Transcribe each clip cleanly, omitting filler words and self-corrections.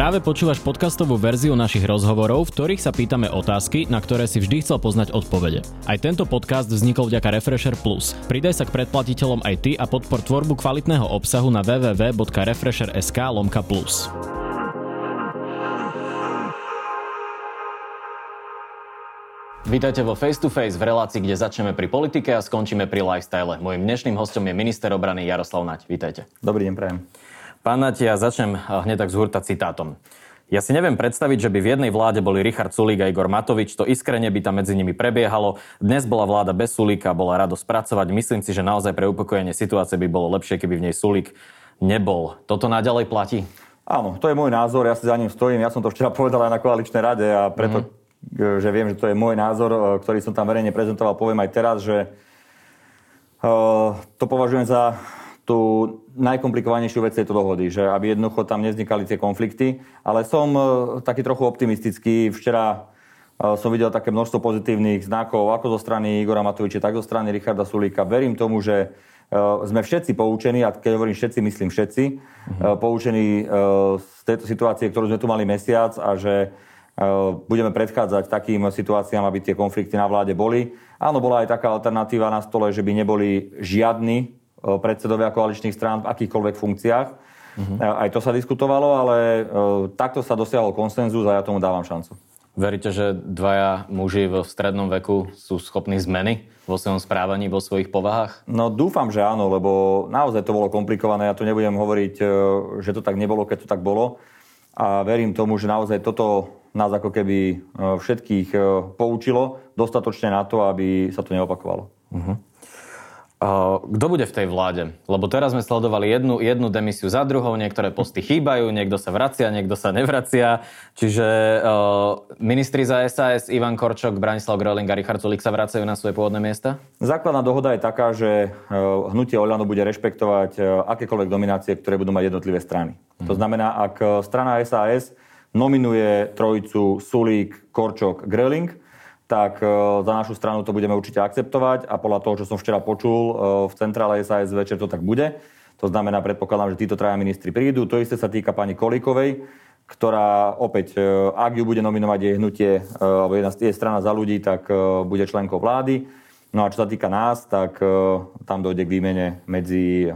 Práve počúvaš podcastovú verziu našich rozhovorov, v ktorých sa pýtame otázky, na ktoré si vždy chcel poznať odpovede. Aj tento podcast vznikol vďaka Refresher Plus. Pridaj sa k predplatiteľom aj ty a podpor tvorbu kvalitného obsahu na www.refresher.sk/plus. Vítajte vo Face to Face v relácii, kde začneme pri politike a skončíme pri lifestyle. Mojím dnešným hostom je minister obrany Jaroslav Naď. Vítajte. Dobrý deň, prajem. Pán Naď, ja začnem hneď tak z hurta citátom. Ja si neviem predstaviť, že by v jednej vláde boli Richard Sulík a Igor Matovič, to iskrene by tam medzi nimi prebiehalo. Dnes bola vláda bez Sulíka, bola radosť pracovať. Myslím si, že naozaj pre upokojenie situácie by bolo lepšie, keby v nej Sulík nebol. Toto naďalej platí? Áno, to je môj názor, ja si za ním stojím. Ja som to včera povedal aj na koaličnej rade a preto, že viem, že to je môj názor, ktorý som tam verejne prezentoval, poviem aj teraz, že to považujem za tú najkomplikovanejšiu vec tejto dohody, že aby jednoducho tam nevznikali tie konflikty, ale som taký trochu optimistický. Včera som videl také množstvo pozitívnych znakov, ako zo strany Igora Matoviča, tak zo strany Richarda Sulíka. Verím tomu, že sme všetci poučení, a keď hovorím všetci, myslím všetci, poučení z tejto situácie, ktorú sme tu mali mesiac, a že budeme predchádzať takým situáciám, aby tie konflikty na vláde boli. Áno, bola aj taká alternatíva na stole, že by neboli žiadni predsedovia koaličných strán v akýchkoľvek funkciách. Aj to sa diskutovalo, ale takto sa dosiahol konsenzus a ja tomu dávam šancu. Veríte, že dvaja muži v strednom veku sú schopní zmeny vo svojom správaní, vo svojich povahách? No dúfam, že áno, lebo naozaj to bolo komplikované. Ja tu nebudem hovoriť, že to tak nebolo, keď to tak bolo. A verím tomu, že naozaj toto nás ako keby všetkých poučilo dostatočne na to, aby sa to neopakovalo. Kto bude v tej vláde? Lebo teraz sme sledovali jednu demisiu za druhou, niektoré posty chýbajú, niekto sa vracia, niekto sa nevracia. Čiže ministri za SAS, Ivan Korčok, Branislav Gröling a Richard Sulík sa vracajú na svoje pôvodné miesta? Základná dohoda je taká, že hnutie Oľano bude rešpektovať akékoľvek nominácie, ktoré budú mať jednotlivé strany. To znamená, ak strana SAS nominuje trojicu Sulík, Korčok, Gröling, tak za našu stranu to budeme určite akceptovať a podľa toho, čo som včera počul v centrále SAS večer, to tak bude. To znamená, predpokladám, že títo traja ministri prídu. To isté sa týka pani Kolíkovej, ktorá opäť, ak ju bude nominovať jej hnutie, alebo je strana Za ľudí, tak bude členkou vlády. No a čo sa týka nás, tak tam dojde k výmene medzi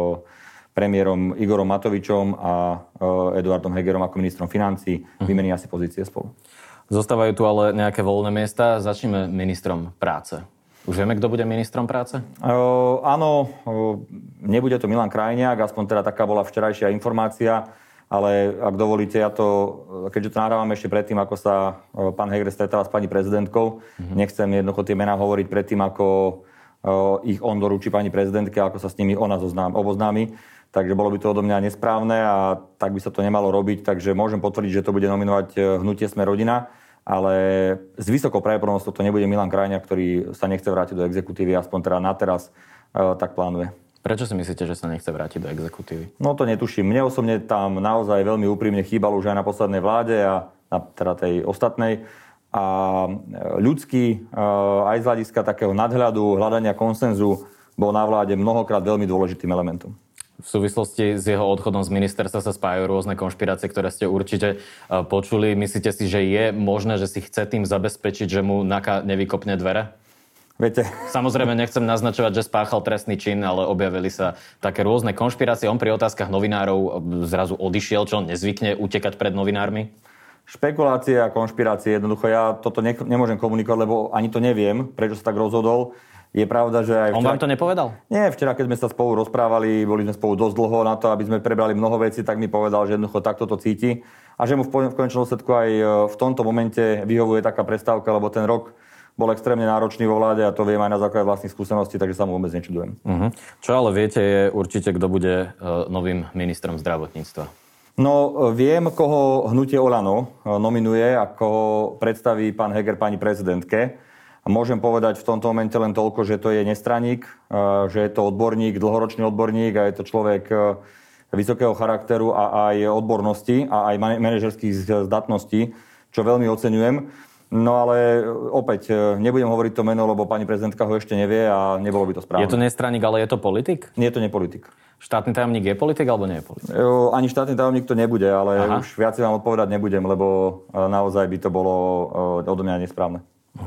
premiérom Igorom Matovičom a Eduardom Hegerom ako ministrom financií. Vymení asi pozície spolu. Zostávajú tu ale nejaké voľné miesta. Začneme ministrom práce. Už vieme, kto bude ministrom práce? Áno, nebude to Milan Krajniak, aspoň teda taká bola včerajšia informácia, ale ak dovolíte, ja to, keďže to nahrávame ešte predtým, ako sa pán Heger stretáva s pani prezidentkou, nechcem jednoducho tie mená hovoriť predtým, ako ich on doručí pani prezidentke, ako sa s nimi ona oboznámi. Takže bolo by to odo mňa nesprávne a tak by sa to nemalo robiť. Takže môžem potvrdiť, že to bude nominovať hnutie Sme rodina, ale s vysokou pravdepodobnosťou to nebude Milan Krajniak, ktorý sa nechce vrátiť do exekutívy, aspoň teda na teraz tak plánuje. Prečo si myslíte, že sa nechce vrátiť do exekutívy? No to netuším. Mne osobne tam naozaj veľmi úprimne chýbalo už aj na poslednej vláde a na teda tej ostatnej. A ľudský, aj z hľadiska takého nadhľadu, hľadania konsenzu, bol na vláde mnohokrát veľmi dôležitým elementom. V súvislosti s jeho odchodom z ministerstva sa spájajú rôzne konšpirácie, ktoré ste určite počuli. Myslíte si, že je možné, že si chce tým zabezpečiť, že mu NAKA nevykopne dvere? Viete. Samozrejme, nechcem naznačovať, že spáchal trestný čin, ale objavili sa také rôzne konšpirácie. On pri otázkach novinárov zrazu odišiel, čo nezvykne utekať pred novinármi? Špekulácie a konšpirácie, jednoducho ja toto nemôžem komunikovať, lebo ani to neviem, prečo sa tak rozhodol. Je pravda, že aj včera... On vám to nepovedal? Nie, včera, keď sme sa spolu rozprávali, boli sme spolu dosť dlho na to, aby sme prebrali mnoho vecí, tak mi povedal, že jednoducho takto to cíti a že mu v konečnom dôsledku aj v tomto momente vyhovuje taká prestávka, lebo ten rok bol extrémne náročný vo vláde a to viem aj na základe vlastných skúseností, takže sa mu vôbec nečudujem. Čo ale viete je určite, kto bude novým ministrom zdravotníctva? No, viem, koho hnutie Oľano nominuje a koho predstaví pán Heger pani prezidentke. A môžem povedať v tomto momente len toľko, že to je nestraník, že je to odborník, dlhoročný odborník a je to človek vysokého charakteru a aj odbornosti a aj manažerských zdatností, čo veľmi oceňujem. No ale opäť, nebudem hovoriť to meno, lebo pani prezidentka ho ešte nevie a nebolo by to správne. Je to nestraník, ale je to politik? Nie je to nepolitik. štátny tajomník je politik alebo nie je politik? Ani štátny tajomník to nebude, ale už viac vám odpovedať nebudem, lebo naozaj by to bolo odo mňa nesprávne.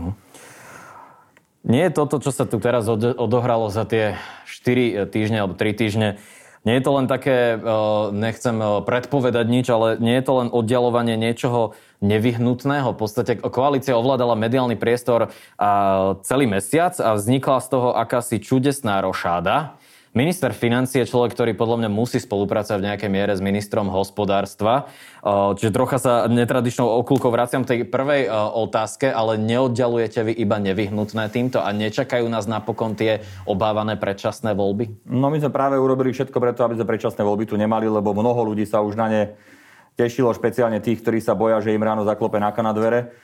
Nie je toto, čo sa tu teraz odohralo za tie 4 týždne alebo 3 týždne, nie je to len také, nechcem predpovedať nič, ale nie je to len oddialovanie niečoho nevyhnutného. V podstate koalícia ovládala mediálny priestor celý mesiac a vznikla z toho akási čudesná rošáda. Minister financií je človek, ktorý podľa mňa musí spolupracovať v nejakej miere s ministrom hospodárstva. Čiže trocha sa netradičnou okulkou vraciam k tej prvej otázke, ale neoddialujete vy iba nevyhnutné týmto a nečakajú nás napokon tie obávané predčasné voľby? No my sme práve urobili všetko preto, aby sme predčasné voľby tu nemali, lebo mnoho ľudí sa už na ne tešilo, špeciálne tých, ktorí sa boja, že im ráno zaklope na dvere.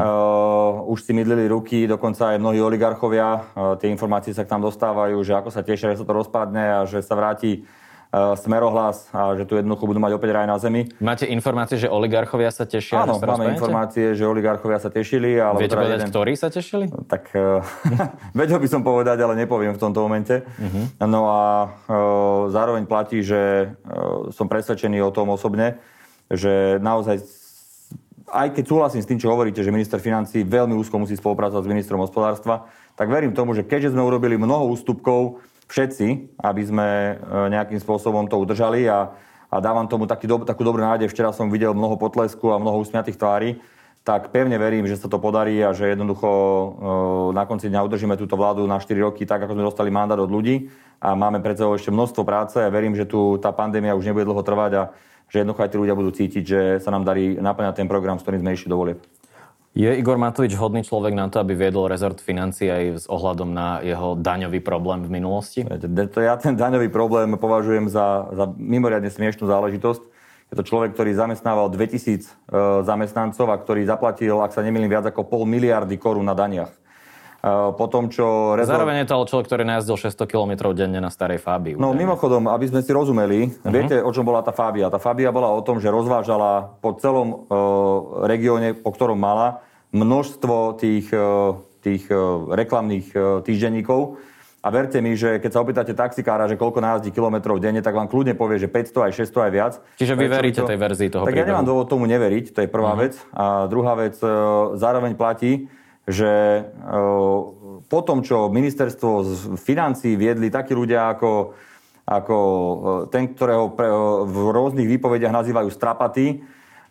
Už si mydlili ruky, dokonca aj mnohí oligarchovia. Tie informácie sa k nám dostávajú, že ako sa tešia, že sa to rozpadne a že sa vráti Smerohlas a že tu jednoducho budú mať opäť raj na zemi. Máte informácie, že oligarchovia sa tešia? Áno, máme informácie, že oligarchovia sa tešili. Ale viete povedať, ktorí sa tešili? Tak vedel by som povedať, ale nepoviem v tomto momente. No a zároveň platí, že som presvedčený o tom osobne, že naozaj aj keď súhlasím s tým, čo hovoríte, že minister financií veľmi úzko musí spolupracovať s ministrom hospodárstva, tak verím tomu, že keďže sme urobili mnoho ústupkov všetci, aby sme nejakým spôsobom to udržali a dávam tomu takú dobrú nádej. Včera som videl mnoho potlesku a mnoho usmiatých tvári, tak pevne verím, že sa to podarí a že jednoducho na konci dňa udržíme túto vládu na 4 roky tak, ako sme dostali mandát od ľudí a máme pred sebou ešte množstvo práce a verím, že tu tá pandémia už nebude dlho trvať a že jednoducho aj tí ľudia budú cítiť, že sa nám darí naplňať ten program, s ktorým sme išli do volieb. Je Igor Matovič hodný človek na to, aby viedol rezort financií aj s ohľadom na jeho daňový problém v minulosti? Ja ten daňový problém považujem za mimoriadne smiešnú záležitosť. Je to človek, ktorý zamestnával 2000 zamestnancov a ktorý zaplatil, ak sa nemýlim, viac ako 500 miliardy korún na daniach. Potom, čo Zároveň je to ale človek, ktorý najazdil 600 km denne na starej Fabii. No mimochodom, aby sme si rozumeli, viete, o čom bola tá Fabia? Tá Fabia bola o tom, že rozvážala po celom regióne, po ktorom mala, množstvo tých reklamných týždenníkov. A verte mi, že keď sa opýtate taxikára, že koľko najazdí kilometrov denne, tak vám kľudne povie, že 500 aj 600 aj viac. Čiže vy veríte tej verzii toho príbehu? Tak ja nemám dôvod tomu neveriť, to je prvá vec. A druhá vec, zároveň platí, že po tom, čo ministerstvo financií viedli takí ľudia ako ten, ktorého v rôznych výpovediach nazývajú strapatý,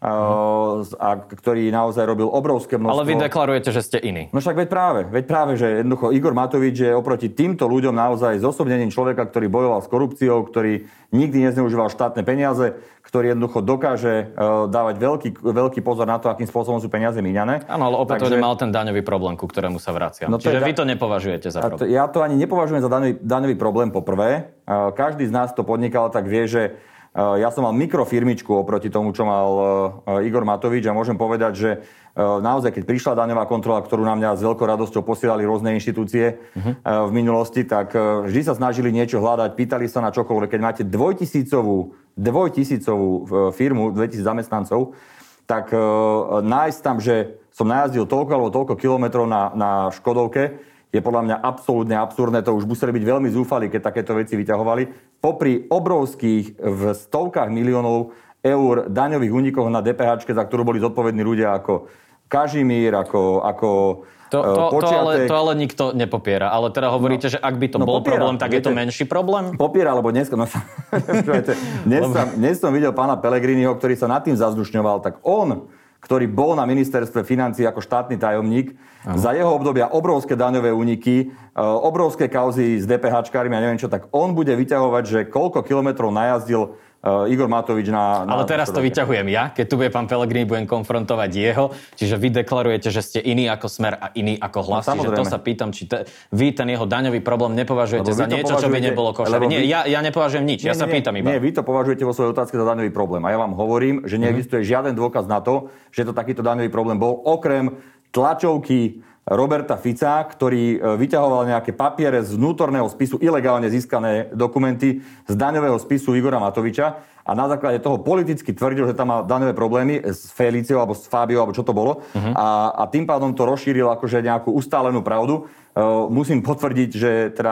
a ktorý naozaj robil obrovské množstvo. Ale vy deklarujete, že ste iní. No však veď práve, že jednoducho Igor Matovič je oproti týmto ľuďom naozaj zosobnením človeka, ktorý bojoval s korupciou, ktorý nikdy nezneužíval štátne peniaze, ktorý jednoducho dokáže dávať veľký pozor na to, akým spôsobom sú peniaze míňané. Áno, ale opätovne mal ten daňový problém, ku ktorému sa vraciam. No čiže vy to nepovažujete za problém. Ja to ani nepovažujem za daňový problém po prvé. Každý z nás to podnikal, tak vie, že ja som mal mikrofirmičku oproti tomu, čo mal Igor Matovič a môžem povedať, že naozaj, keď prišla daňová kontrola, ktorú na mňa s veľkou radosťou posielali rôzne inštitúcie v minulosti, tak vždy sa snažili niečo hľadať, pýtali sa na čokoľvek. Keď máte dvojtisícovú firmu, 2000 zamestnancov, tak nájsť tam, že som najazdil toľko alebo toľko kilometrov na Škodovke, je podľa mňa absolútne absurdné. To už museli byť veľmi zúfali, keď takéto veci vyťahovali. Popri obrovských v stovkách miliónov eur daňových únikoch na DPH, za ktorú boli zodpovední ľudia ako Kažimír, ako To ale nikto nepopiera. Ale teda hovoríte, že ak by to bol problém, tak je to menší problém? Popiera, lebo dnes som videl pána Pellegriniho, ktorý sa nad tým zazdušňoval, tak on, ktorý bol na ministerstve financií ako štátny tajomník, za jeho obdobia obrovské daňové úniky, obrovské kauzy s DPH-čkármi a neviem čo, tak on bude vyťahovať, že koľko kilometrov najazdil Igor Matovič na... Ale teraz to vyťahujem ja, keď tu bude pán Pellegrini, budem konfrontovať jeho, čiže vy deklarujete, že ste iní ako Smer a iní ako Hlas, no, čiže to sa pýtam, či vy ten jeho daňový problém nepovažujete za niečo, čo by nebolo košer. Nie, ja nepovažujem nič, ja sa pýtam iba. Nie, vy to považujete vo svojej otázke za daňový problém a ja vám hovorím, že neexistuje žiaden dôkaz na to, že to takýto daňový problém bol, okrem tlačovky Roberta Fica, ktorý vyťahoval nejaké papiere z vnútorného spisu, ilegálne získané dokumenty z daňového spisu Igora Matoviča a na základe toho politicky tvrdil, že tam má daňové problémy s Feliciou alebo s Fábiou, alebo čo to bolo. A tým pádom to rozšíril akože nejakú ustálenú pravdu. Musím potvrdiť, že teda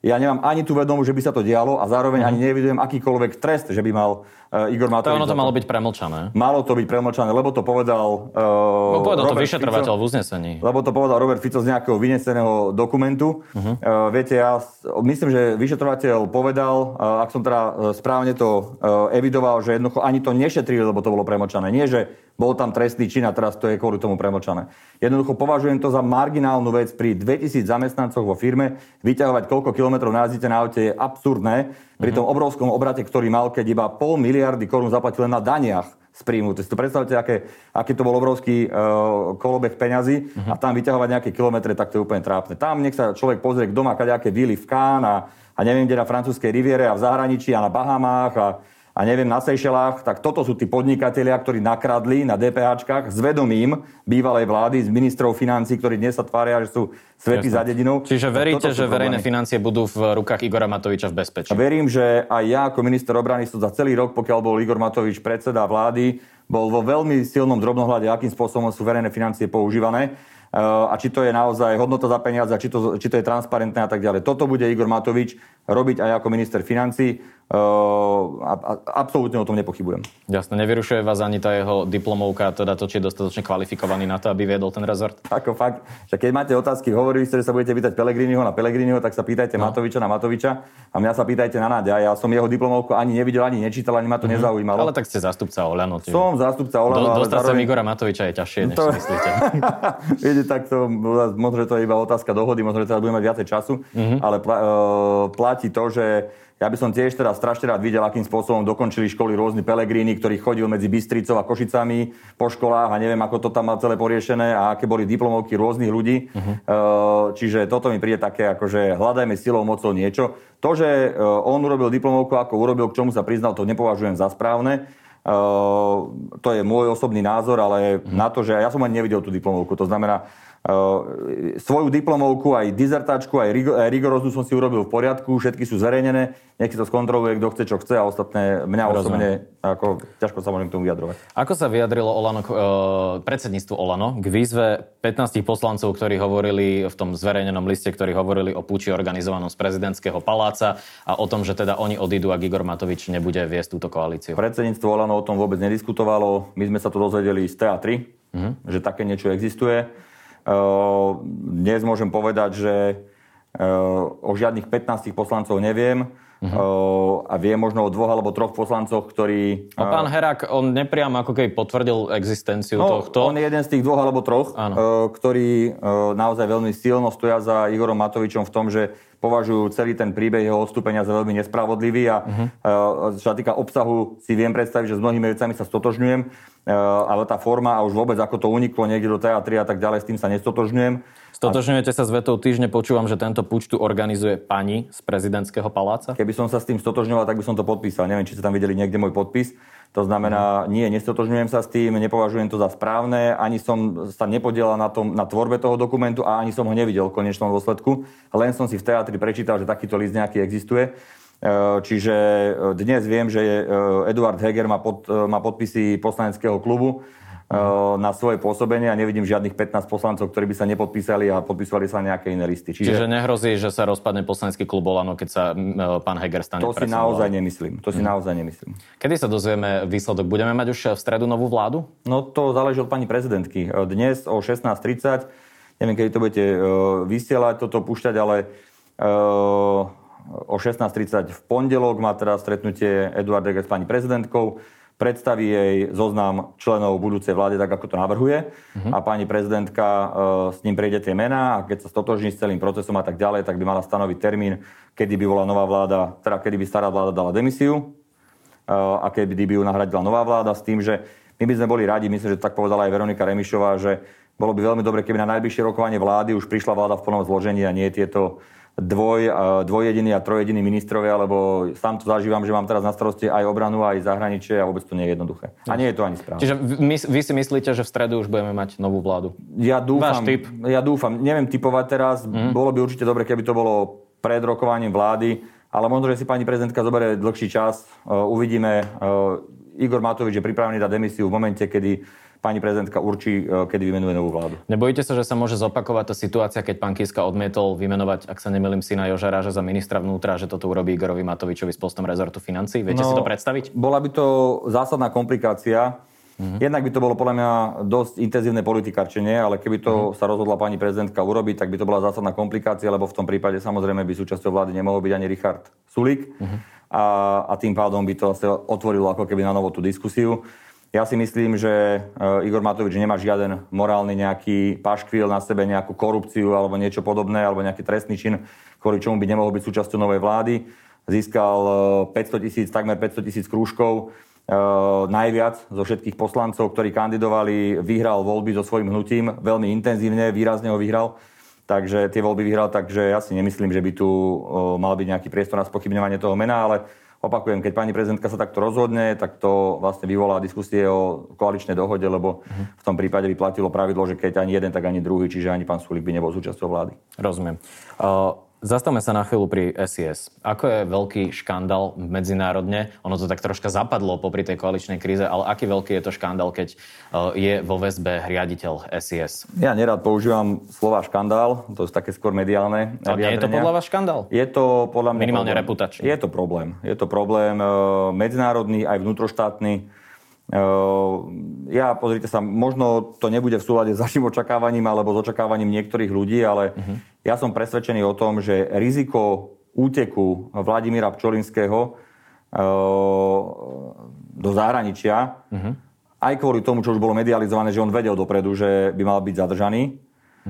ja nemám ani tú vedomu, že by sa to dialo a zároveň ani nevidujem akýkoľvek trest, že by mal Igor Matovič. To malo byť premlčané. Malo to byť premlčané, lebo to povedal povedal to vyšetrovateľ v uznesení. Lebo to povedal Robert Fico z nejakého vyneseného dokumentu. Viete, ja myslím, že vyšetrovateľ povedal, ak som teda správne to evidoval, že jednoducho ani to nešetrili, lebo to bolo premlčané. Nie, že bol tam trestný čin a teraz to je kvôli tomu premlčané. Jednoducho považujem to za marginálnu vec pri 2000 zamestnancoch vo firme. Vyťahovať koľko kilometrov najazdíte na aute je absurdné. Pri tom obrovskom obrate, ktorý mal, keď iba 0,5 miliardy korún zaplatil len na daniach z príjmu. To si to predstavte, aký to bol obrovský kolobeh peňazí a tam vyťahovať nejaké kilometre, tak to je úplne trápne. Tam nech sa človek pozrie, kto má kadejaké vily v Cannes a neviem, kde na francúzskej riviere a v zahraničí a na Bahamách a neviem, na Seychelách, tak toto sú tí podnikatelia, ktorí nakradli na DPHčkách s vedomím bývalej vlády, z ministrov financií, ktorí dnes sa tvária, že sú svätí za dedinou. Čiže veríte, že verejné financie budú v rukách Igora Matoviča v bezpečí? Verím, že aj ja ako minister obrany som za celý rok, pokiaľ bol Igor Matovič predseda vlády, bol vo veľmi silnom drobnohľade, akým spôsobom sú verejné financie používané. A či to je naozaj hodnota za peniaze, či to je transparentné a tak ďalej. Toto bude Igor Matovič robiť aj ako minister financií. Absolútne o tom nepochybujem. Jasne, nevyrušuje vás ani tá jeho diplomovka, teda to, či je dostatočne kvalifikovaný na to, aby viedol ten rezort? Ako fakt, že keď máte otázky, hovorili ste, že sa budete pýtať Pellegriniho na Pellegriniho, tak sa pýtajte Matoviča na Matoviča a mňa sa pýtajte na Náďa. Ja som jeho diplomovku ani nevidel, ani nečítal, ani ma to nezaujímalo. Ale tak ste zástupca Oľano. Som zástupca Oľano, ale dostať sa Igora Matoviča je ťažšie, než si myslíte. Viete, tak to možno, že to je iba otázka dohody, možno, že teraz budeme mať viacej času, ale platí to, že ja by som tiež teda strašne rád videl, akým spôsobom dokončili školy rôzni Pellegrini, ktorý chodil medzi Bystricou a Košicami po školách a neviem, ako to tam mal celé poriešené a aké boli diplomovky rôznych ľudí. Čiže toto mi príde také, akože hľadajme silou, mocou niečo. To, že on urobil diplomovku, ako urobil, k čomu sa priznal, to nepovažujem za správne. To je môj osobný názor, ale na to, že ja som ani nevidel tú diplomovku, to znamená, svoju diplomovku, aj dizertáčku, aj rigoróznu som si urobil v poriadku, všetky sú zverejnené, nech si to skontroluje, kto chce, čo chce a ostatné mňa osobne ako ťažko sa môžem k tomu vyjadrovať. Ako sa vyjadrilo Olano, predsedníctvu Olano k výzve 15 poslancov, ktorí hovorili v tom zverejnenom liste, ktorí hovorili o púči organizovanom z prezidentského paláca a o tom, že teda oni odídu, ak Igor Matovič nebude viesť túto koalíciu? Predsedníctvo Olano o tom vôbec nediskutovalo. My sme sa to dozvedeli z TA3, že také niečo existuje. Dnes môžem povedať, že o žiadnych 15 poslancov neviem a viem možno o 2 alebo 3 poslancoch, ktorí... Pán Herák, on nepriamo ako keby potvrdil existenciu tohto. On je jeden z tých 2 alebo 3, ktorí naozaj veľmi silno stoja za Igorom Matovičom v tom, že považujú celý ten príbeh jeho odstúpenia za veľmi nespravodlivý a čo sa týka obsahu, si viem predstaviť, že s mnohými vecami sa stotožňujem, ale tá forma a už vôbec ako to uniklo niekde do TA3 a tak ďalej, s tým sa nestotožňujem. Stotožňujete sa s vetou týždne, počúvam, že tento púč tu organizuje pani z prezidentského paláca? Keby som sa s tým stotožňoval, tak by som to podpísal. Neviem, či ste tam videli niekde môj podpis. To znamená, nie, nestotožňujem sa s tým, nepovažujem to za správne, ani som sa nepodielal na tvorbe toho dokumentu a ani som ho nevidel v konečnom dôsledku. Len som si v TA3 prečítal, že takýto list nejaký existuje. Čiže dnes viem, že Eduard Heger má podpisy poslaneckého klubu na svoje pôsobenie a nevidím žiadnych 15 poslancov, ktorí by sa nepodpísali a podpísali sa nejaké iné listy. Čiže nehrozí, že sa rozpadne poslanecký klub Olano, keď sa pán Heger stane predsedom? To si naozaj nemyslím. Kedy sa dozvieme výsledok? Budeme mať už v stredu novú vládu? No to záleží od pani prezidentky. Dnes o 16:30, neviem, kedy to budete vysielať, toto púšťať, ale o 16:30 v pondelok má teda stretnutie Eduard Heger s pani prezidentkou. Predstaví jej zoznam členov budúcej vlády, tak ako to navrhuje. A pani prezidentka s ním prejde tie mená a keď sa stotožní s celým procesom a tak ďalej, tak by mala stanoviť termín, kedy by bola nová vláda, teda kedy by stará vláda dala demisiu a kedy by ju nahradila nová vláda, s tým, že my by sme boli radi, myslím, že tak povedala aj Veronika Remišová, že bolo by veľmi dobre, keby na najbližšie rokovanie vlády už prišla vláda v plnom zložení a nie tieto dvojjediní a trojjediní ministrovia, lebo sám to zažívam, že mám teraz na starosti aj obranu, aj zahraničie a vôbec to nie je jednoduché. A nie je to ani správne. Čiže vy si myslíte, že v stredu už budeme mať novú vládu? Ja dúfam. Váš tip? Ja dúfam. Neviem tipovať teraz. Bolo by určite dobre, keby to bolo pred rokovaním vlády, ale možno, že si pani prezidentka zoberie dlhší čas. Uvidíme. Igor Matovič je pripravený dať demisiu v momente, kedy pani prezidentka určí, kedy vymenuje novú vládu. Nebojíte sa, že sa môže zopakovať tá situácia, keď pán Kiska odmietol vymenovať, ak sa nemýlim, syna Joža Ráža za ministra vnútra, že toto urobí Igorovi Matovičovi s postom rezortu financií? Viete si to predstaviť? Bola by to zásadná komplikácia. Jednak by to bolo podľa mňa dosť intenzívne politikárčenie, ale keby to sa rozhodla pani prezidentka urobiť, tak by to bola zásadná komplikácia, lebo v tom prípade samozrejme by súčasťou vlády nemohol byť ani Richard Sulík a tým pádom by to otvorilo ako keby na novo tú diskusiu. Ja si myslím, že Igor Matovič nemá žiaden morálny nejaký paškvil na sebe, nejakú korupciu alebo niečo podobné, alebo nejaký trestný čin, kvôli čomu by nemohol byť súčasťou novej vlády. Získal takmer 500 000 krúžkov, najviac zo všetkých poslancov, ktorí kandidovali, vyhral voľby so svojím hnutím, veľmi intenzívne, výrazne ho vyhral. Takže tie voľby vyhral, takže ja si nemyslím, že by tu mal byť nejaký priestor na spochybňovanie toho mena, ale opakujem, keď pani prezidentka sa takto rozhodne, tak to vlastne vyvolá diskusie o koaličnej dohode, lebo v tom prípade by platilo pravidlo, že keď ani jeden, tak ani druhý, čiže ani pán Sulík by nebol súčasťou vlády. Rozumiem. Zastavme sa na chvíľu pri SIS. Ako je veľký škandál medzinárodne? Ono to tak troška zapadlo popri tej koaličnej kríze, ale aký veľký je to škandál, keď je vo väzbe riaditeľ SIS? Ja nerád používam slova škandál, to sú také skôr mediálne vyjadrenia. Nie je to podľa vás škandál? Je to podľa mňa minimálne reputačný. Je to problém. Je to problém medzinárodný, aj vnútroštátny. Pozrite sa, možno to nebude v súlade s vašim očakávaním alebo s očakávaním niektorých ľudí, ale ja som presvedčený o tom, že riziko úteku Vladimíra Pčolinského do zahraničia, aj kvôli tomu, čo už bolo medializované, že on vedel dopredu, že by mal byť zadržaný,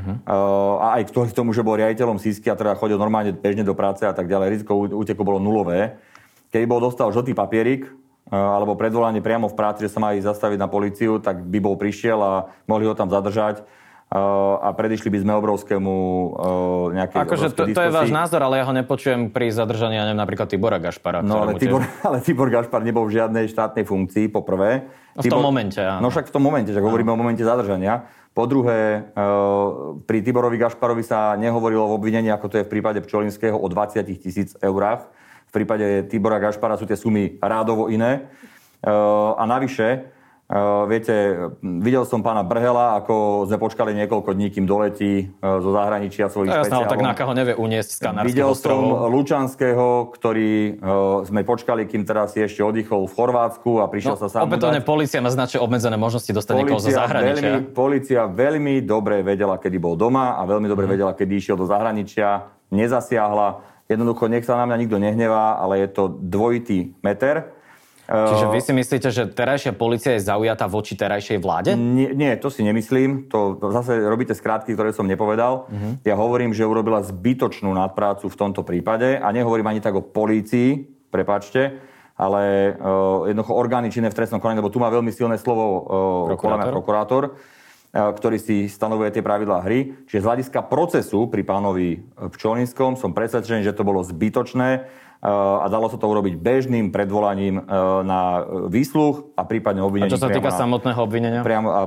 a aj kvôli tomu, že bol riaditeľom SIS-ky a teda chodil normálne bežne do práce a tak ďalej, riziko úteku bolo nulové. Keby dostal žltý papierik, alebo predvolanie priamo v práci, že sa má ísť zastaviť na políciu, tak by bol prišiel a mohli ho tam zadržať a predišli by sme obrovskému nejakej akože to je váš názor, ale ja ho nepočujem pri zadržaní, ja neviem, napríklad Tibora Gašpara. No ale Tibor Gašpar nebol v žiadnej štátnej funkcii, po prvé. V tom momente, áno. No však v tom momente, že hovoríme o momente zadržania. Po druhé, pri Tiborovi Gašparovi sa nehovorilo v obvinení, ako to je v prípade Pčolinského, o 20 000 eurách. V prípade Tibora Gašpara sú tie sumy rádovo iné. A navyše, viete, videl som pána Brhela, ako sme počkali niekoľko dní, kým doletí zo zahraničia svojich špeciálov. Tak náka ho nevie uniesť z Kanárskych Videl ostrovov. som Lučanského, ktorý sme počkali, kým teraz si ešte oddychol v Chorvátsku a prišiel sa sám. Opätovne polícia má značne obmedzené možnosti dostať niekoho zo zahraničia. Polícia veľmi dobre vedela, kedy bol doma a veľmi dobre vedela, kedy išiel do zahraničia. Nezasiahla. Jednoducho, nech sa na mňa nikto nehnevá, ale je to dvojitý meter. Čiže vy si myslíte, že terajšia polícia je zaujatá voči terajšej vláde? Nie, to si nemyslím. To zase robíte skrátky, ktoré som nepovedal. Ja hovorím, že urobila zbytočnú nadprácu v tomto prípade a nehovorím ani tak o polícii, prepáčte, ale jednoducho orgány činné v trestnom konaní, lebo tu má veľmi silné slovo prokurátor, ktorý si stanovuje tie pravidlá hry. Čiže z hľadiska procesu pri pánovi Pčolinskom som presvedčený, že to bolo zbytočné a dalo sa to urobiť bežným predvolaním na výsluch a prípadne obvinenie. A čo sa týka samotného obvinenia?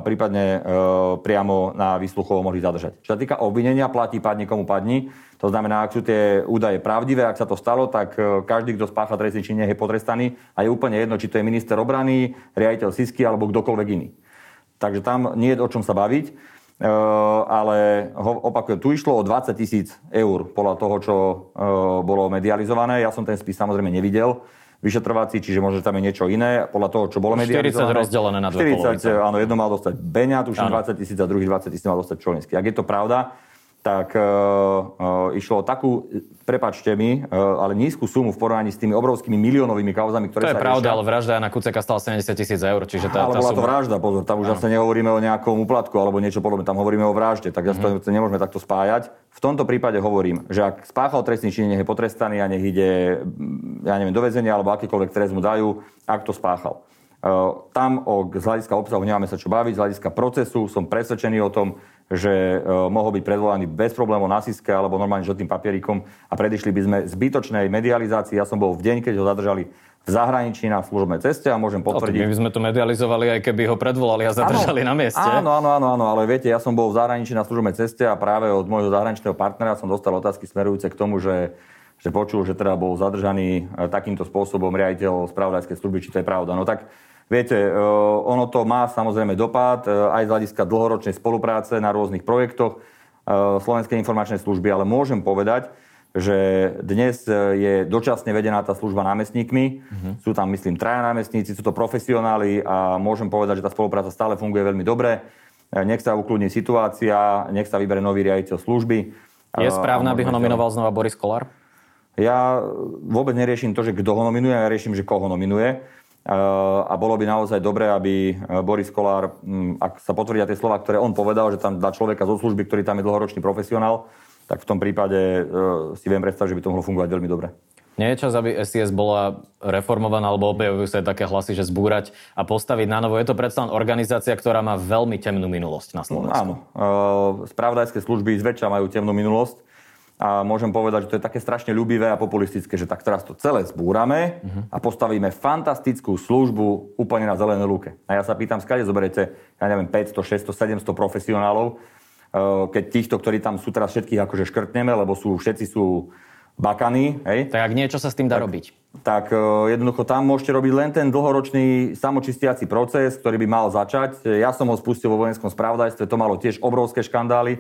Priamo na výsluchu ho mohli zadržať. Čo sa týka obvinenia, platí padni komu padni. To znamená, ak sú tie údaje pravdivé, ak sa to stalo, tak každý, kto spácha trestný čin, je potrestaný a je úplne jedno, či to je minister obrany, riaditeľ SIS-ky alebo kdokoľvek iný. Takže tam nie je o čom sa baviť, ale opakujem, tu išlo o 20 000 eur podľa toho, čo bolo medializované. Ja som ten spis samozrejme nevidel, vyšetrovací, čiže možno tam je niečo iné. Podľa toho, čo bolo medializované. 40 rozdelené na dve polovice. Áno, jedno mal dostať Beňa, tuším 20 000 a druhý 20 000 mal dostať Pčolinský. Ak je to pravda, tak išlo o takú, prepáčte mi, ale nízku sumu v porovnaní s tými obrovskými miliónovými kauzami, ktoré sa riešia. To je pravda, ale vražda Jana Kuciaka stala 70 000 eur, čiže ale bola to vražda, pozor, tam už zase nehovoríme o nejakom úplatku alebo niečo podobné, tam hovoríme o vražde, tak to nemôžeme takto spájať. V tomto prípade hovorím, že ak spáchal trestný čin, nech je potrestaný a nech ide, ja neviem, do väzenia alebo akýkoľvek trest mu dajú, ak to spáchal. Tam z hľadiska obsahu nemáme sa čo baviť, z hľadiska procesu som presvedčený o tom, že mohol byť predvolaný bez problémov na SIS-ke alebo normálne žltým papierikom a predišli by sme zbytočnej medializácii. Ja som bol v deň, keď ho zadržali v zahraničí na služobnej ceste a môžem potvrdiť. My by sme to medializovali, aj keby ho predvolali a zadržali na mieste. Áno, ale viete, ja som bol v zahraničí na služobnej ceste a práve od môjho zahraničného partnera som dostal otázky smerujúce k tomu, že počul, že teda bol zadržaný takýmto spôsobom riaditeľ spravodajskej služby, či to je pravda. No tak Viete, ono to má samozrejme dopad aj z hľadiska dlhoročnej spolupráce na rôznych projektoch Slovenskej informačnej služby, ale môžem povedať, že dnes je dočasne vedená tá služba námestníkmi. Sú tam, myslím, 3 námestníci, sú to profesionáli a môžem povedať, že tá spolupráca stále funguje veľmi dobre. Nech sa ukludní situácia, nech sa vybere nový riaditeľ služby. Je správne, aby ho nominoval znova Boris Kollár? Ja vôbec neriešim to, že kto ho nominuje, ja riešim, že koho nominuje. A bolo by naozaj dobré, aby Boris Kollár, ak sa potvrdia tie slova, ktoré on povedal, že tam dá človeka zo služby, ktorý tam je dlhoročný profesionál, tak v tom prípade si viem predstaviť, že by to mohlo fungovať veľmi dobre. Nie je čas, aby SIS bola reformovaná, alebo objavujú sa také hlasy, že zbúrať a postaviť na novo? Je to predsa organizácia, ktorá má veľmi temnú minulosť na Slovensku. Áno. Spravodajské služby zväčša majú temnú minulosť a môžem povedať, že to je také strašne ľúbivé a populistické, že tak teraz to celé zbúrame a postavíme fantastickú službu úplne na zelenej lúke. A ja sa pýtam, skade zoberete, ja neviem, 500, 600, 700 profesionálov, keď týchto, ktorí tam sú teraz všetkých akože škrtneme, lebo všetci sú bakaní. Hej? Tak ak niečo sa s tým dá robiť? Tak jednoducho tam môžete robiť len ten dlhoročný samočistiaci proces, ktorý by mal začať. Ja som ho spustil vo vojenskom spravodajstve, to malo tiež obrovské škandály.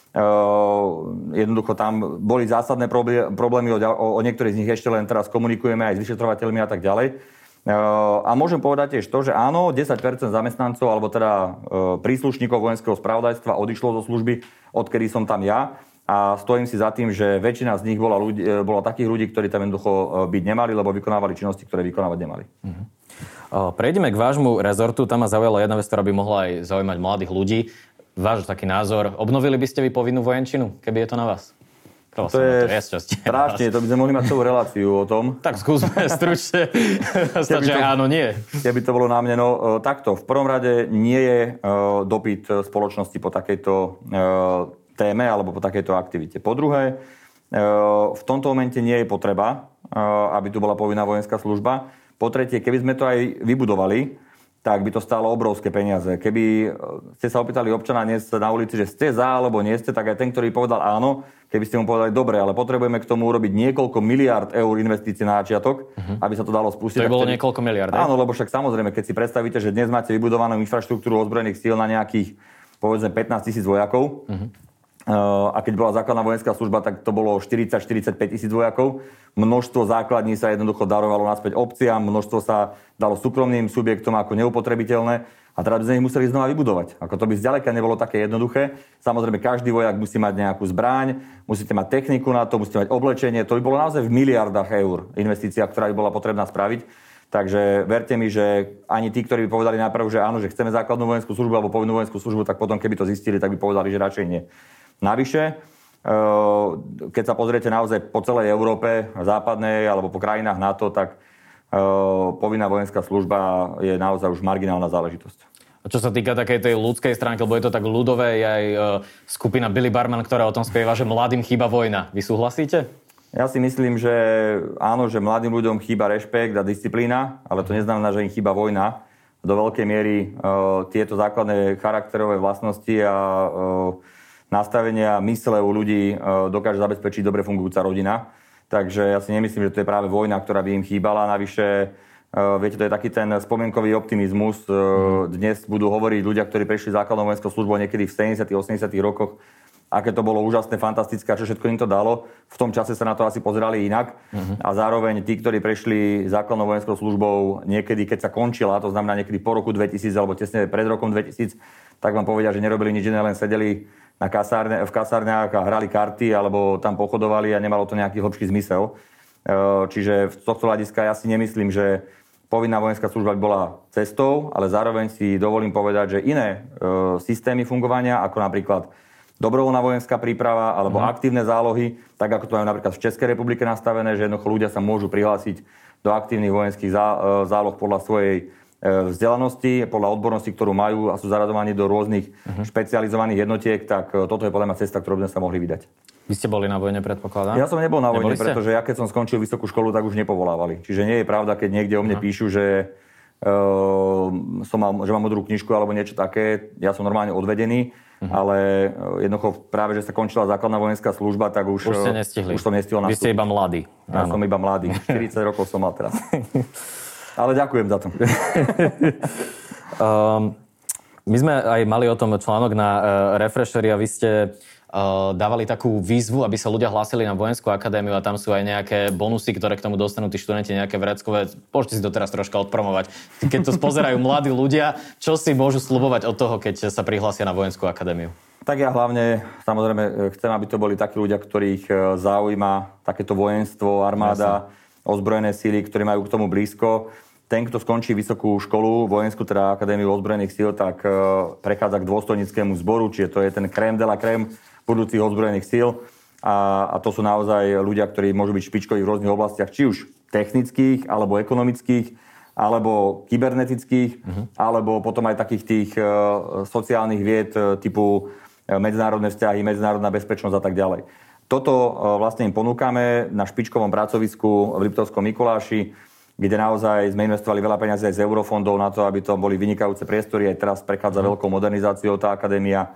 Jednoducho tam boli zásadné problémy, o niektorých z nich ešte len teraz komunikujeme aj s vyšetrovateľmi a tak ďalej. A môžem povedať tiež to, že áno, 10% zamestnancov, alebo teda príslušníkov vojenského spravodajstva odišlo zo služby, odkedy som tam ja. A stojím si za tým, že väčšina z nich bola takých ľudí, ktorí tam jednoducho byť nemali, lebo vykonávali činnosti, ktoré vykonávať nemali. Prejdeme k vášmu rezortu. Tam ma zaujala jedna vec, ktorá by mohla aj zaujímať mladých ľudí. Váš taký názor. Obnovili by ste vy povinnú vojenčinu, keby je to na vás? To je strašne, to by sme mohli mať celú reláciu o tom. Tak skúsme stručne. Stačí áno, nie. Keby to bolo na mne, no takto. V prvom rade nie je dopyt spoločnosti po takejto téme alebo po takejto aktivite. Po druhé, v tomto momente nie je potreba, aby tu bola povinná vojenská služba. Po tretie, keby sme to aj vybudovali, tak by to stálo obrovské peniaze. Keby ste sa opýtali občana dnes na ulici, že ste za alebo nie ste, tak aj ten, ktorý povedal áno, keby ste mu povedali dobre, ale potrebujeme k tomu urobiť niekoľko miliárd eur investícií na začiatok, aby sa to dalo spustiť. To by bolo niekoľko miliárd. Áno, lebo však samozrejme, keď si predstavíte, že dnes máte vybudovanú infraštruktúru ozbrojených síl na nejakých, povedzme, 15 000 vojakov, a keď bola základná vojenská služba, tak to bolo 40-45 000 vojakov. Množstvo základní sa jednoducho darovalo naspäť obciam, množstvo sa dalo súkromným subjektom ako neupotrebiteľné a teraz by sme ich museli znova vybudovať. Ako to by zďaleka nebolo také jednoduché. Samozrejme, každý vojak musí mať nejakú zbraň, musíte mať techniku na to, musíte mať oblečenie. To by bolo naozaj v miliardách eur investícia, ktorá by bola potrebná spraviť. Takže verte mi, že ani tí, ktorí by povedali najprv, že áno, že chceme základnú vojenskú službu alebo povinnú vojenskú službu, tak potom, keby to zistili, tak by povedali, že radšej nie. Navyše, keď sa pozriete naozaj po celej Európe, západnej alebo po krajinách NATO, tak povinná vojenská služba je naozaj už marginálna záležitosť. A čo sa týka takej tej ľudskej stránky, lebo je to tak ľudové, je aj skupina Billy Barman, ktorá o tom spieva, že mladým chýba vojna. Vy súhlasíte? Ja si myslím, že áno, že mladým ľuďom chýba rešpekt a disciplína, ale to neznamená, že im chýba vojna. Do veľkej miery tieto základné charakterové vlastnosti a nastavenia mysle u ľudí dokáže zabezpečiť dobre fungujúca rodina. Takže ja si nemyslím, že to je práve vojna, ktorá by im chýbala. Navyše, viete, to je taký ten spomienkový optimizmus. Dnes budú hovoriť ľudia, ktorí prešli základnou vojenskou službou niekedy v 70. 80. rokoch, aké to bolo úžasné, fantastické, čo všetko im to dalo. V tom čase sa na to asi pozerali inak. A zároveň tí, ktorí prešli základnou vojenskou službou niekedy, keď sa končila, to znamená niekedy po roku 2000 alebo tesne pred rokom 2000, tak vám povedia, že nerobili nič iné, len sedeli v kasárniach a hrali karty alebo tam pochodovali a nemalo to nejaký hlbší zmysel. Čiže z tohto hľadiska ja si nemyslím, že povinná vojenská služba by bola cestou, ale zároveň si dovolím povedať, že iné systémy fungovania, ako napríklad dobrovoľná vojenská príprava alebo aktívne zálohy, tak ako to majú napríklad v Českej republike nastavené, že jednoducho ľudia sa môžu prihlásiť do aktívnych vojenských záloh podľa svojej vzdelanosti, podľa odbornosti, ktorú majú a sú zaradovaní do rôznych špecializovaných jednotiek, tak toto je podľa mňa cesta, ktorú by sme sa mohli vydať. Vy ste boli na vojne, predpokladám? Ja som nebol na vojne, pretože ja keď som skončil vysokú školu, tak už nepovolávali. Čiže nie je pravda, keď niekde o mne píšu, že že mám modrú knižku alebo niečo také. Ja som normálne odvedený, ale jednoducho práve, že sa končila základná vojenská služba, tak už ste nestihli. Už som nestihol nastúpiť. Vy ste iba mladý. Ja som iba mladý. 40 rokov som mal teraz. Ale ďakujem za to. My sme aj mali o tom článok na Refresheri a vy ste dávali takú výzvu, aby sa ľudia hlásili na vojenskú akadémiu a tam sú aj nejaké bonusy, ktoré k tomu dostanú tí študenti, nejaké vreckové. Môžete si to teraz troška odpromovať. Keď to spozerajú mladí ľudia, čo si môžu sľubovať od toho, keď sa prihlásia na vojenskú akadémiu? Tak ja hlavne, samozrejme, chcem, aby to boli takí ľudia, ktorých zaujíma takéto vojenstvo, armáda, ozbrojené síly, ktorí majú k tomu blízko. Ten, kto skončí vysokú školu, vojenskú, teda Akadémiu ozbrojených síl, tak prechádza k dôstojníckému zboru, čiže to je ten crème de la crème budúcich ozbrojených síl. A to sú naozaj ľudia, ktorí môžu byť špičkoví v rôznych oblastiach, či už technických, alebo ekonomických, alebo kybernetických, alebo potom aj takých tých sociálnych vied typu medzinárodné vzťahy, medzinárodná bezpečnosť a tak ďalej. Toto vlastne im ponúkame na špičkovom pracovisku v Liptovskom Mikuláši, kde naozaj sme investovali veľa peňazí aj z eurofondov na to, aby to boli vynikajúce priestory. Aj teraz prechádza veľkou modernizáciou tá akadémia.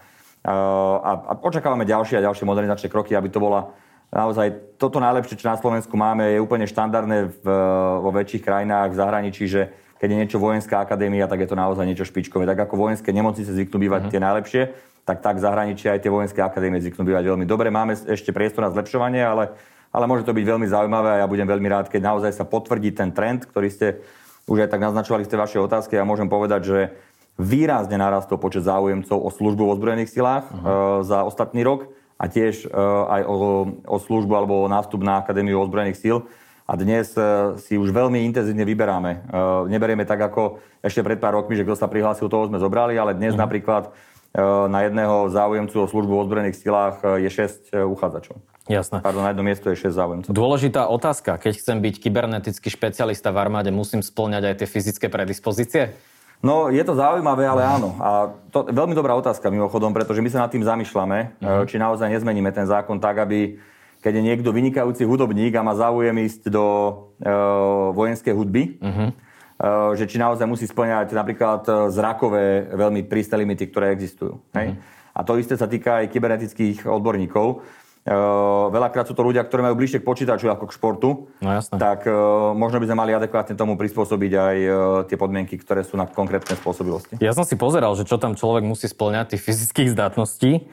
A očakávame ďalšie a ďalšie modernizačné kroky, aby to bola naozaj toto najlepšie, čo na Slovensku máme, je úplne štandardné vo väčších krajinách v zahraničí, že keď je niečo vojenská akadémia, tak je to naozaj niečo špičkové. Tak ako vojenské nemocnice zvyknú bývať tie najlepšie, tak v zahraničí aj tie vojenské akadémie zvyknú bývať veľmi dobre. Máme ešte priestor na zlepšovanie, ale môže to byť veľmi zaujímavé a ja budem veľmi rád, keď naozaj sa potvrdí ten trend, ktorý ste už aj tak naznačovali v tej vašej otázke. Ja môžem povedať, že výrazne narastol počet záujemcov o službu v ozbrojených silách za ostatný rok a tiež aj o službu alebo o nástup na Akadémiu ozbrojených síl. A dnes si už veľmi intenzívne vyberáme. Neberieme tak ako ešte pred pár rokmi, že kto sa prihlásil, toho sme zobrali, ale dnes napríklad na jedného záujemcu o službu v ozbrojených silách je 6 uchádzačov. Jasné. Pardon, na jedno miesto je 6 záujemcov. Dôležitá otázka. Keď chcem byť kybernetický špecialista v armáde, musím spĺňať aj tie fyzické predispozície? No, je to zaujímavé, ale áno. A to je veľmi dobrá otázka mimochodom, pretože my sa nad tým zamýšľame, či naozaj nezmeníme ten zákon tak, aby keď je niekto vynikajúci hudobník a má záujem ísť do vojenskej hudby, že či naozaj musí spĺňať napríklad zrakové veľmi prísne limity, ktoré existujú. Hej? A to isté sa týka aj kybernetických odborníkov. Veľakrát sú to ľudia, ktorí majú bližšie k počítaču ako k športu. No jasné. Tak možno by sme mali adekvátne tomu prispôsobiť aj tie podmienky, ktoré sú na konkrétne spôsobilosti. Ja som si pozeral, že čo tam človek musí spĺňať, tých fyzických zdatností.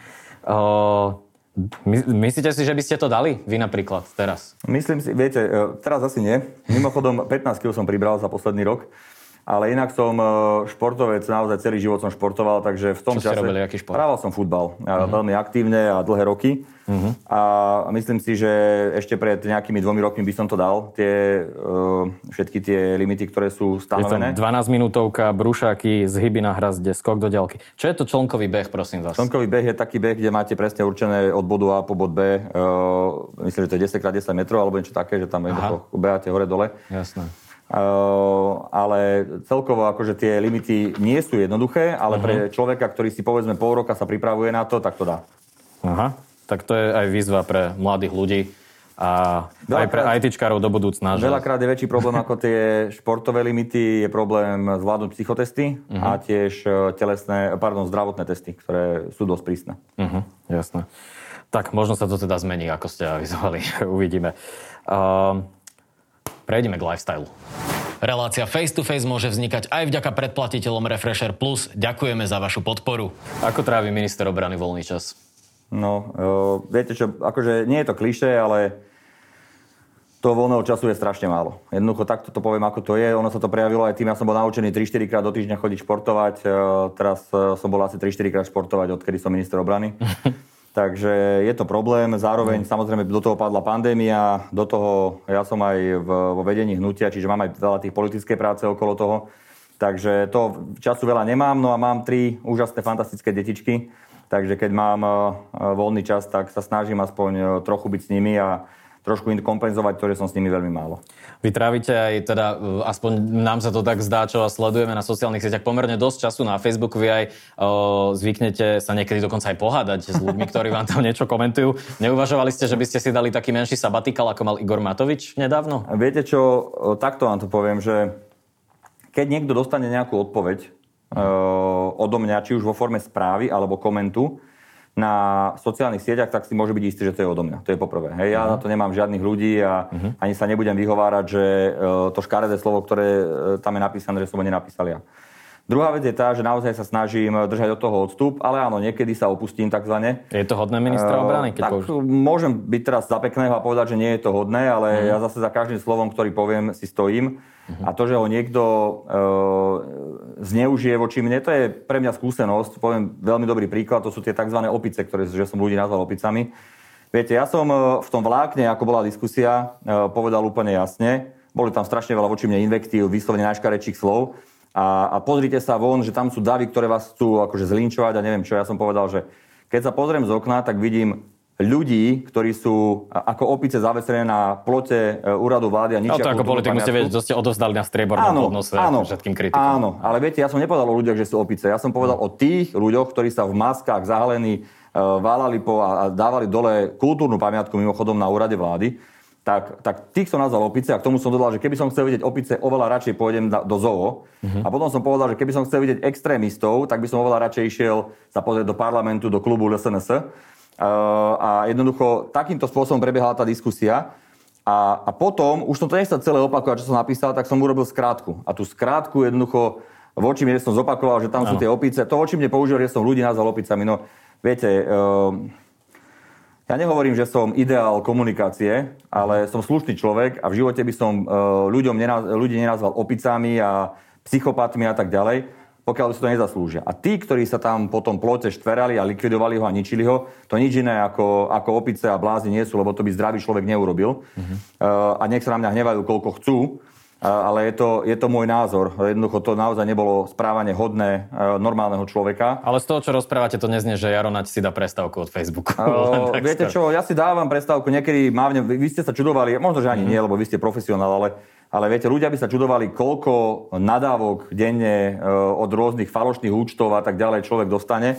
Myslíte si, že by ste to dali? Vy napríklad teraz? Myslím si, viete, teraz asi nie. Mimochodom 15 kg som pribral za posledný rok. Ale inak som športovec, naozaj celý život som športoval, takže v tom čase... Čo ste robili, aký šport? Hrával som futbal, veľmi aktívne a dlhé roky. A myslím si, že ešte pred nejakými 2 rokmi by som to dal, všetky tie limity, ktoré sú stanovené. Je to 12-minútovka, brúšaky, zhyby na hrazde, skok do diaľky. Čo je to člnkový beh, prosím vás? Člnkový beh je taký beh, kde máte presne určené od bodu A po bod B. Myslím, že to je 10x10 metrov alebo niečo také, že tam beháte hore-dole. Jasné. Ale celkovo akože tie limity nie sú jednoduché, ale pre človeka, ktorý si povedzme pol roka sa pripravuje na to, tak to dá. Aha, tak to je aj výzva pre mladých ľudí a aj pre ITčkárov do budúcna. Veľakrát je väčší problém ako tie športové limity, je problém zvládnuť psychotesty a tiež zdravotné testy, ktoré sú dosť prísne. Jasné. Tak možno sa to teda zmení, ako ste avizovali. Uvidíme. Prejdeme k lifestyle. Relácia Face to Face môže vznikať aj vďaka predplatiteľom Refresher Plus. Ďakujeme za vašu podporu. Ako trávi minister obrany voľný čas? No, viete čo, akože nie je to klišé, ale toho voľného času je strašne málo. Jednoducho takto to poviem, ako to je. Ono sa to prejavilo aj tým, ja som bol naučený 3-4 krát do týždňa chodiť športovať. Teraz som bol asi 3-4 krát športovať, odkedy som minister obrany. Takže je to problém. Zároveň samozrejme do toho padla pandémia, do toho ja som aj vo vedení hnutia, čiže mám aj veľa tých politickej práce okolo toho. Takže to času veľa nemám, no a mám 3 úžasné, fantastické detičky. Takže keď mám voľný čas, tak sa snažím aspoň trochu byť s nimi a trošku kompenzovať, ktoré som s nimi veľmi málo. Vy trávite aj, teda aspoň nám sa to tak zdá, čo sledujeme na sociálnych sieťach, pomerne dosť času na Facebooku. Vy aj zvyknete sa niekedy dokonca aj pohádať s ľuďmi, ktorí vám tam niečo komentujú. Neuvažovali ste, že by ste si dali taký menší sabatikal, ako mal Igor Matovič nedávno? Viete čo, takto vám to poviem, že keď niekto dostane nejakú odpoveď odo mňa, či už vo forme správy alebo komentu, na sociálnych sieťach, tak si môže byť istý, že to je odo mňa. To je poprvé. Hej, ja na to nemám žiadnych ľudí a ani sa nebudem vyhovárať, že to škaredé slovo, ktoré tam je napísané, že som ho nenapísal ja. Druhá vec je tá, že naozaj sa snažím držať od toho odstup, ale áno, niekedy sa opustím takzvané. Je to hodné ministra obrany? Môžem byť teraz za pekného a povedať, že nie je to hodné, ale ja zase za každým slovom, ktorý poviem, si stojím. A to, že ho niekto zneužije voči mne, to je pre mňa skúsenosť. Poviem veľmi dobrý príklad, to sú tie tzv. Opice, že som ľudí nazval opicami. Viete, ja som v tom vlákne, ako bola diskusia, povedal úplne jasne. Boli tam strašne veľa voči mne invektív, vyslovene najškarečších slov. A pozrite sa von, že tam sú davy, ktoré vás chcú akože zlinčovať a neviem čo. Ja som povedal, že keď sa pozriem z okna, tak vidím ľudí, ktorí sú ako opice zavesené na plote úradu vlády a ničia kultúrnu pamiatku. No to ako politik musíte vedieť, že ste odovzdali na striebornom podnose všetkým kritikom. Áno, ale viete, ja som nepovedal o ľuďoch, že sú opice. Ja som povedal o tých ľuďoch, ktorí sa v maskách zahalení válali a dávali dole kultúrnu pamiatku mimochodom na úrade vlády. Tak tých som nazval opice a k tomu som dodal, že keby som chcel vidieť opice, oveľa radšej pôjdem do zoo. A potom som povedal, že keby som chcel vidieť extrémistov, tak by som oveľa radšej išiel sa pozrieť do parlamentu, do klubu SNS. A jednoducho takýmto spôsobom prebiehala tá diskusia. A potom, už som to nechcel celé opakovať, čo som napísal, tak som urobil skrátku. A tú skrátku jednoducho voči mne som zopakoval, že tam sú tie opice. To voči mne použil, že som ľudí nazval opicami. No, viete, ja nehovorím, že som ideál komunikácie, ale som slušný človek a v živote by som ľudí nenazval opicami a psychopatmi a tak ďalej, pokiaľ si to nezaslúžia. A tí, ktorí sa tam po tom plote štverali a likvidovali ho a ničili ho, to nič iné ako opice a blázni nie sú, lebo to by zdravý človek neurobil. A nech sa na mňa hnevajú, koľko chcú, ale je to môj názor. Jednoducho to naozaj nebolo správanie hodné normálneho človeka. Ale z toho, čo rozprávate, to neznie, že Jaro Naď si dá prestávku od Facebooku. Viete čo, ja si dávam prestávku, niekedy mávne, vy ste sa čudovali, možno, že ani nie, lebo vy ste profesionál, ale viete, ľudia by sa čudovali, koľko nadávok denne od rôznych falošných účtov a tak ďalej človek dostane.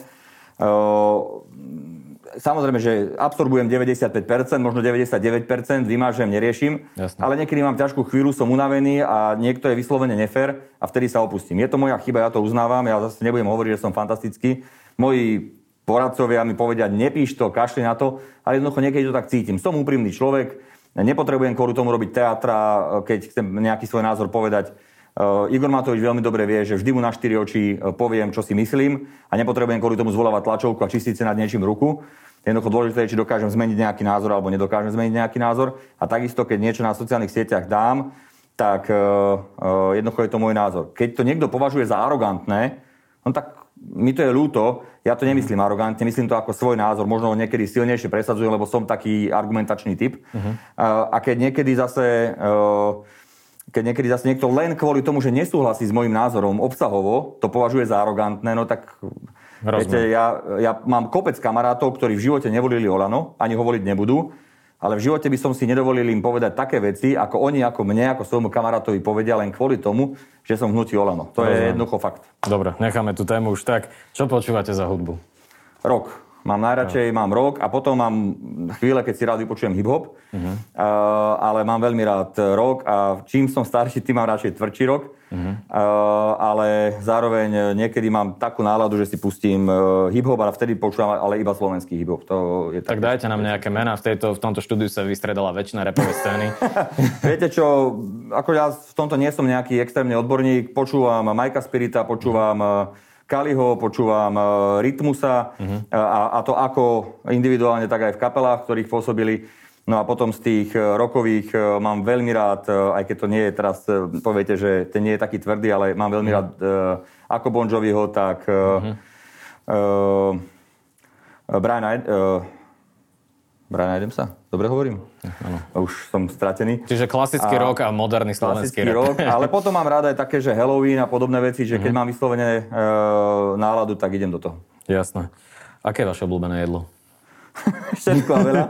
Samozrejme, že absorbujem 95%, možno 99%, vymážem, neriešim, jasne. Ale niekedy mám ťažkú chvíľu, som unavený a niekto je vyslovene nefér a vtedy sa opustím. Je to moja chyba, ja to uznávam, ja zase nebudem hovoriť, že som fantastický. Moji poradcovia mi povedia, nepíš to, kašli na to, ale jednoducho niekedy to tak cítim. Som úprimný človek, nepotrebujem kvôli tomu robiť teatra, keď chcem nejaký svoj názor povedať. Igor Matovič veľmi dobre vie, že vždy mu na 4 oči poviem, čo si myslím a nepotrebujem kvôli tomu zvolávať tlačovku a čistiť si nad niečím ruku. Jednoducho dôležité je, či dokážem zmeniť nejaký názor alebo nedokážem zmeniť nejaký názor. A takisto, keď niečo na sociálnych sieťach dám, tak jednoducho je to môj názor. Keď to niekto považuje za arogantné, no tak mi to je ľúto, ja to nemyslím arogantne, myslím to ako svoj názor, možno ho niekedy silnejšie presadzujem, lebo som taký argumentačný typ. A keď niekedy zase niekto len kvôli tomu, že nesúhlasí s môjim názorom obsahovo, to považuje za arogantné, no tak viete, ja mám kopec kamarátov, ktorí v živote nevolili Olano, ani ho voliť nebudú, ale v živote by som si nedovolil im povedať také veci, ako oni, ako mne, ako svojmu kamarátovi povedia len kvôli tomu, že som v hnutí Olano. To je jednoducho fakt. Dobre, necháme tú tému už tak. Čo počúvate za hudbu? Rock. Mám najradšej, mám rock a potom mám chvíle, keď si rád vypočujem hip-hop, ale mám veľmi rád rock a čím som starší, tým mám radšej tvrdší rock, ale zároveň niekedy mám takú náladu, že si pustím hip-hop a vtedy počúvam ale iba slovenský hip-hop. Tak dajte nám nejaké mená, v tomto štúdiu sa vystredala väčšina rapové scény. Viete čo, ako ja v tomto nie som nejaký extrémny odborník, počúvam Majka Spirita, počúvam Kaliho, počúvam Rytmusa a to ako individuálne, tak aj v kapelách, ktorých pôsobili. No a potom z tých rockových mám veľmi rád, aj keď to nie je teraz, poviete, že ten nie je taký tvrdý, ale mám veľmi rád ako Bon Joviho, tak Bryan Adamsa? Dobre hovorím? Áno. Už som stratený. Čiže klasický rock a moderný slovenský rock. Ale potom mám rád aj také, že Halloween a podobné veci, že keď mám vyslovene náladu, tak idem do toho. Jasné. Aké je vaše obľúbené jedlo? Všetko a veľa.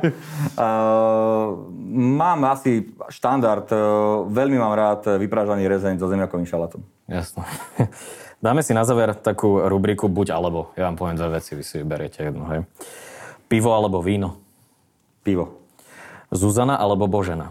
Mám asi štandard. Veľmi mám rád vypražaný rezeň so zemiakovým šalátom. Jasné. Dáme si na záver takú rubriku buď alebo. Ja vám poviem dve veci, vy si vyberiete jedno. Hej. Pivo alebo víno? Pivo. Zuzana alebo Božena?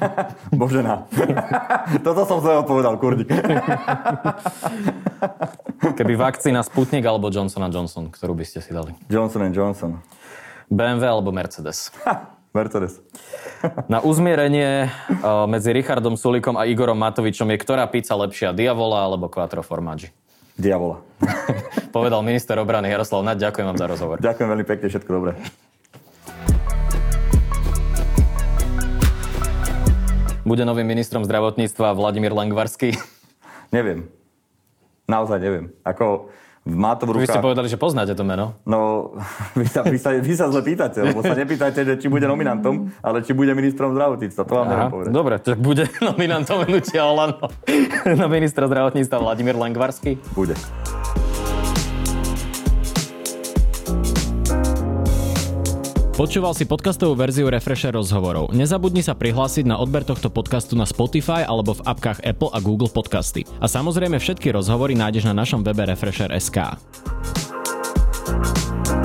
Božena. Toto som sa odpovedal, kurdi. Keby vakcína Sputnik alebo Johnson & Johnson, ktorú by ste si dali? Johnson & Johnson. BMW alebo Mercedes? Mercedes. Na uzmierenie medzi Richardom Sulíkom a Igorom Matovičom je ktorá pizza lepšia? Diavola alebo Quattro Formaggi? Diavola. Povedal minister obrany Jaroslav Naď. Ďakujem vám za rozhovor. Ďakujem veľmi pekne, všetko dobré. Bude novým ministrom zdravotníctva Vladimír Lengvarský? Neviem. Naozaj neviem. Má to v rukách... Vy ste povedali, že poznáte to meno. No, vy sa zle pýtate, lebo sa nepýtajte, že či bude nominantom, ale či bude ministrom zdravotníctva. To vám neviem povedať. Dobre, tak bude nominantom hnutia Olano na ministra zdravotníctva Vladimír Lengvarský? Bude. Počúval si podcastovú verziu Refresher rozhovorov. Nezabudni sa prihlásiť na odber tohto podcastu na Spotify alebo v apkách Apple a Google Podcasty. A samozrejme všetky rozhovory nájdeš na našom webe Refresher.sk.